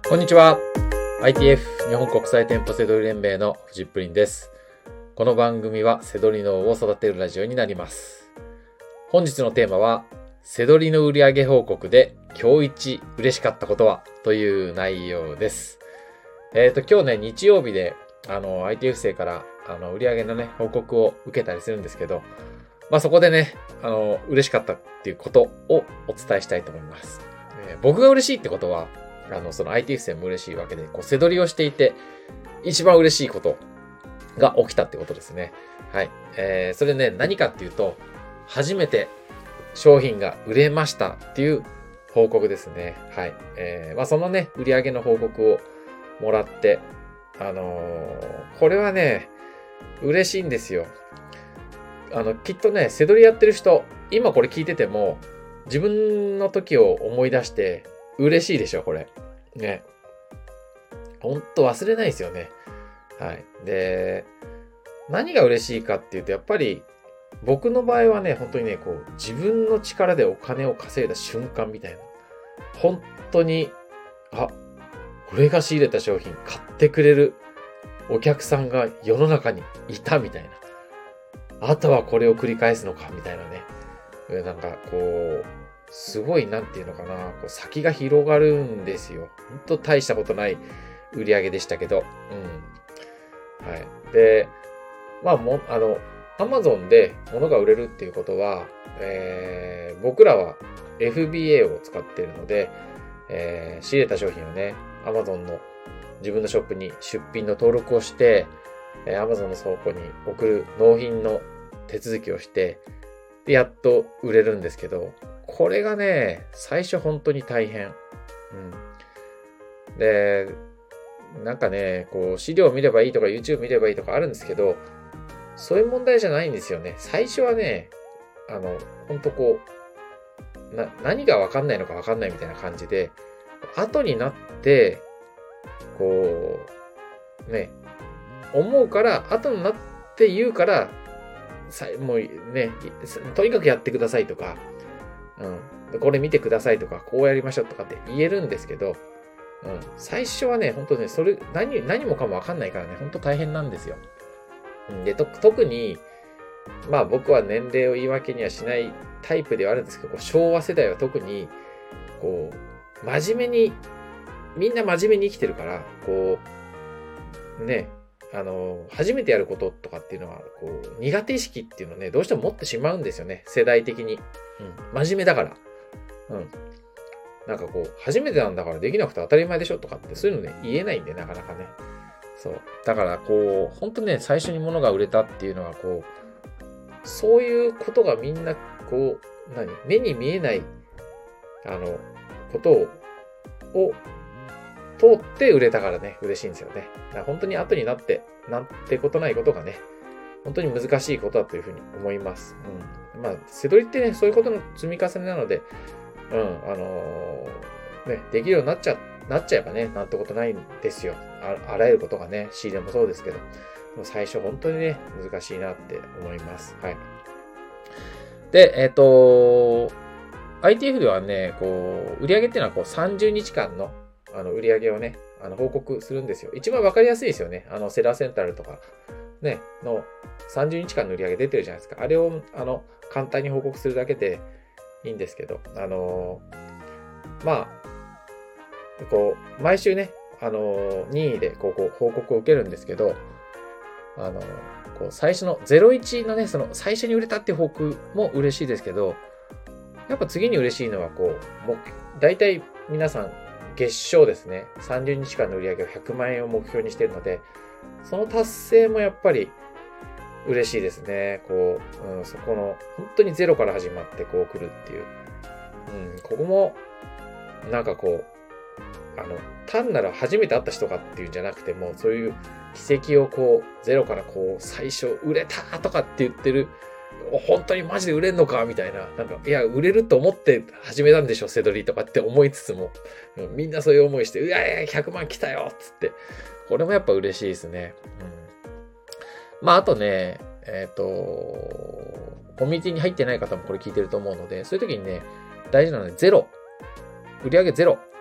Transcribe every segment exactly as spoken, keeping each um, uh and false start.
こんにちは。アイティーエフ 日本国際店舗セドリ連盟のフジップリンです。この番組はセドリ脳を育てるラジオになります。本日のテーマは、セドリの売上報告で今日一嬉しかったことはという内容です。えっと、今日ね、日曜日で、あの、アイティーエフ 生から、あの、売上のね、報告を受けたりするんですけど、まあ、そこでね、あの、嬉しかったっていうことをお伝えしたいと思います。えー、僕が嬉しいってことは、あの、その アイティーエフ 生も嬉しいわけで、こう、セドリをしていて、一番嬉しいことが起きたってことですね。はい。えー、それね、何かっていうと、初めて商品が売れましたっていう報告ですね。はい。えー、まあ、そのね、売上の報告をもらって、あのー、これはね、嬉しいんですよ。あの、きっとね、セドリやってる人、今これ聞いてても、自分の時を思い出して、嬉しいでしょ、これ。ね。ほんと忘れないですよね。はい。で、何が嬉しいかっていうと、やっぱり、僕の場合はね、本当にね、こう、自分の力でお金を稼いだ瞬間みたいな。本当に、あ、俺が仕入れた商品買ってくれるお客さんが世の中にいたみたいな。あとはこれを繰り返すのかみたいなね。なんかこう、すごいなんていうのかな、こう先が広がるんですよ。ほんと大したことない売り上げでしたけど。うん。はい。で、まあも、あの、Amazon で物が売れるっていうことは、えー、僕らは エフビーエー を使っているので、えー、仕入れた商品をね、Amazon の自分のショップに出品の登録をして、えー、Amazon の倉庫に送る納品の手続きをして、で、やっと売れるんですけど、これがね、最初本当に大変。うん。で、なんかね、こう、資料見ればいいとか YouTube 見ればいいとかあるんですけど、そういう問題じゃないんですよね。最初はね、あの、ほんとこう、な、何がわかんないのかわかんないみたいな感じで、後になって、こう、ね、思うから、後になって言うから、さもうね、とにかくやってくださいとか、うん、これ見てくださいとか、こうやりましょうとかって言えるんですけど、うん、最初はね、本当ね、それ、何、何もかもわかんないからね、本当大変なんですよ。で、と、特に、まあ僕は年齢を言い訳にはしないタイプではあるんですけど、昭和世代は特に、こう、真面目に、みんな真面目に生きてるから、こう、ね、あの、初めてやることとかっていうのは、こう、苦手意識っていうのをね、どうしても持ってしまうんですよね、世代的に。うん、真面目だから。うん。なんかこう、初めてなんだからできなくて当たり前でしょとかって、そういうのね、言えないんで、なかなかね。そう。だから、こう、本当ね、最初に物が売れたっていうのは、こう、そういうことがみんな、こう、何目に見えない、あの、ことを、を、通って売れたからね、嬉しいんですよね。だから本当に後になって、なんてことないことがね、本当に難しいことだというふうに思います。うん。まあ、セドリってね、そういうことの積み重ねなので、うん、あのー、ね、できるようになっちゃ、なっちゃえばね、なんてことないんですよ。あ、あらゆることがね、仕入れもそうですけど、でも最初本当にね、難しいなって思います。はい。で、えっと、アイティーエフ ではね、こう、売上っていうのはこうさんじゅうにちかんの、あの、売上をね、あの、報告するんですよ。一番わかりやすいですよね。あの、セラーセンタルとか、ね、のさんじゅうにちかんの売上出てるじゃないですか。あれを、あの、簡単に報告するだけでいいんですけど、あのー、まあ、こう、毎週ね、あのー、任意で、こう、こう、報告を受けるんですけど、あのー、こう、最初のゼロイチのね、その、最初に売れたっていう報告も嬉しいですけど、やっぱ次に嬉しいのは、こう、もう、大体皆さん、月賞ですね。さんじゅうにちかんの売上をひゃくまんえんを目標にしているので、その達成もやっぱり嬉しいですね。こう、うん、そこの、本当にゼロから始まってこう来るっていう。うん、ここも、なんかこう、あの、単なる初めて会った人がっていうんじゃなくても、そういう奇跡をこう、ゼロからこう、最初売れたとかって言ってる、本当にマジで売れんのかみたいな。なんか、いや、売れると思って始めたんでしょ、セドリとかって思いつつも、みんなそういう思いして、うわいや、ひゃくまん来たよつって。これもやっぱ嬉しいですね。うん、まあ、あとね、えっと、コミュニティに入ってない方もこれ聞いてると思うので、そういう時にね、大事なのはゼロ。売上ゼロ。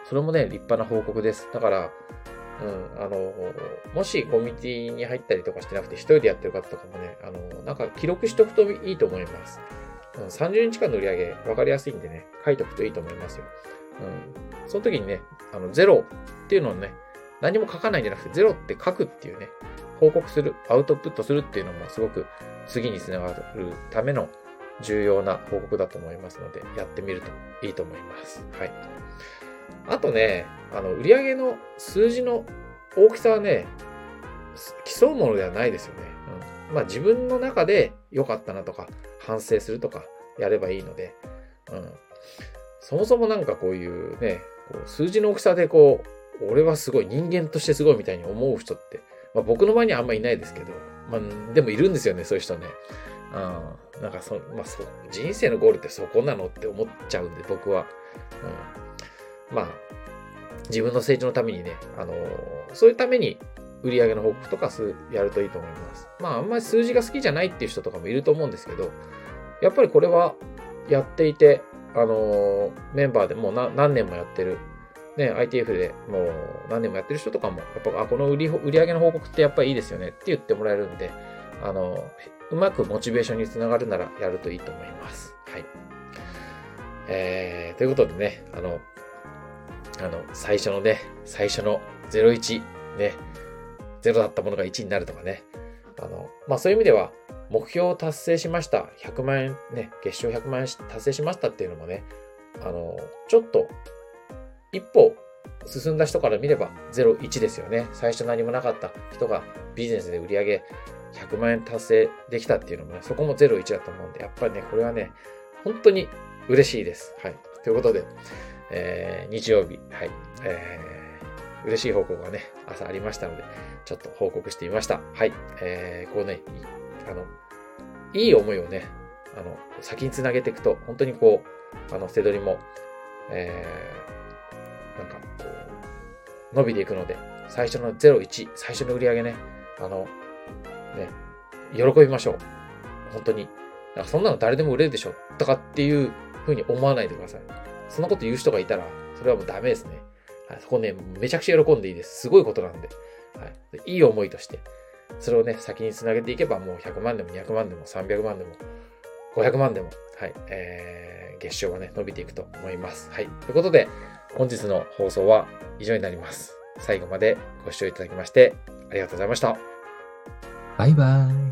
それもね、立派な報告です。だから、うん、あの、もしコミュニティに入ったりとかしてなくて一人でやってる方とかもね、あの、なんか記録しとくといいと思います。うん、さんじゅうにちかんの売り上げ分かりやすいんでね、書いとくといいと思いますよ。うん、その時にね、あの、ゼロっていうのをね、何も書かないんじゃなくて、ゼロって書くっていうね、報告する、アウトプットするっていうのもすごく次につながるための重要な報告だと思いますので、やってみるといいと思います。はい。あとね、あの、売上の数字の大きさはね、競うものではないですよね。うん、まあ自分の中で良かったなとか、反省するとかやればいいので、うん、そもそもなんかこういうね、こう数字の大きさでこう、俺はすごい人間としてすごいみたいに思う人って、まあ、僕の前にはあんまいないですけど、まあでもいるんですよね、そういう人ね。うん、なんかそ、まあそ、人生のゴールってそこなのって思っちゃうんで、僕は。うん、まあ、自分の成長のためにね、あのー、そういうために売上の報告とかやるといいと思います。まあ、あんまり数字が好きじゃないっていう人とかもいると思うんですけど、やっぱりこれはやっていて、あのー、メンバーでもう何年もやってる、ね、アイティーエフ でもう何年もやってる人とかも、やっぱ、あ、この売り、売上の報告ってやっぱりいいですよねって言ってもらえるんで、あのー、うまくモチベーションにつながるならやるといいと思います。はい。えー、ということでね、あの、あの、最初のね、最初のゼロイチ、ね、ゼロだったものがいちになるとかね。あの、まあ、そういう意味では、目標を達成しました。ひゃくまんえん、ね、月賞ひゃくまんえん達成しましたっていうのもね、あの、ちょっと、一歩進んだ人から見ればゼロイチですよね。最初何もなかった人がビジネスで売り上げひゃくまんえん達成できたっていうのもね、そこもゼロイチだと思うんで、やっぱりね、これはね、本当に嬉しいです。はい。ということで、えー、日曜日、はい、えー、嬉しい報告がね、朝ありましたので、ちょっと報告してみました。はい。えー、こうね、あの、いい思いをね、あの、先につなげていくと、本当にこう、あの、背取りも、えー、なんか、こう、伸びていくので、最初のゼロイチ、最初の売り上げね、あの、ね、喜びましょう。本当に。なんかそんなの誰でも売れるでしょとかっていう風に思わないでください。そんなこと言う人がいたら、それはもうダメですね。はい、そこね、めちゃくちゃ喜んでいいです。すごいことなんで。はい、いい思いとして、それをね、先につなげていけば、もうひゃくまんでもにひゃくまんでもさんびゃくまんでもごひゃくまんでも、はい、えー、月賞はね、伸びていくと思います。はい。ということで、本日の放送は以上になります。最後までご視聴いただきまして、ありがとうございました。 バイバイ。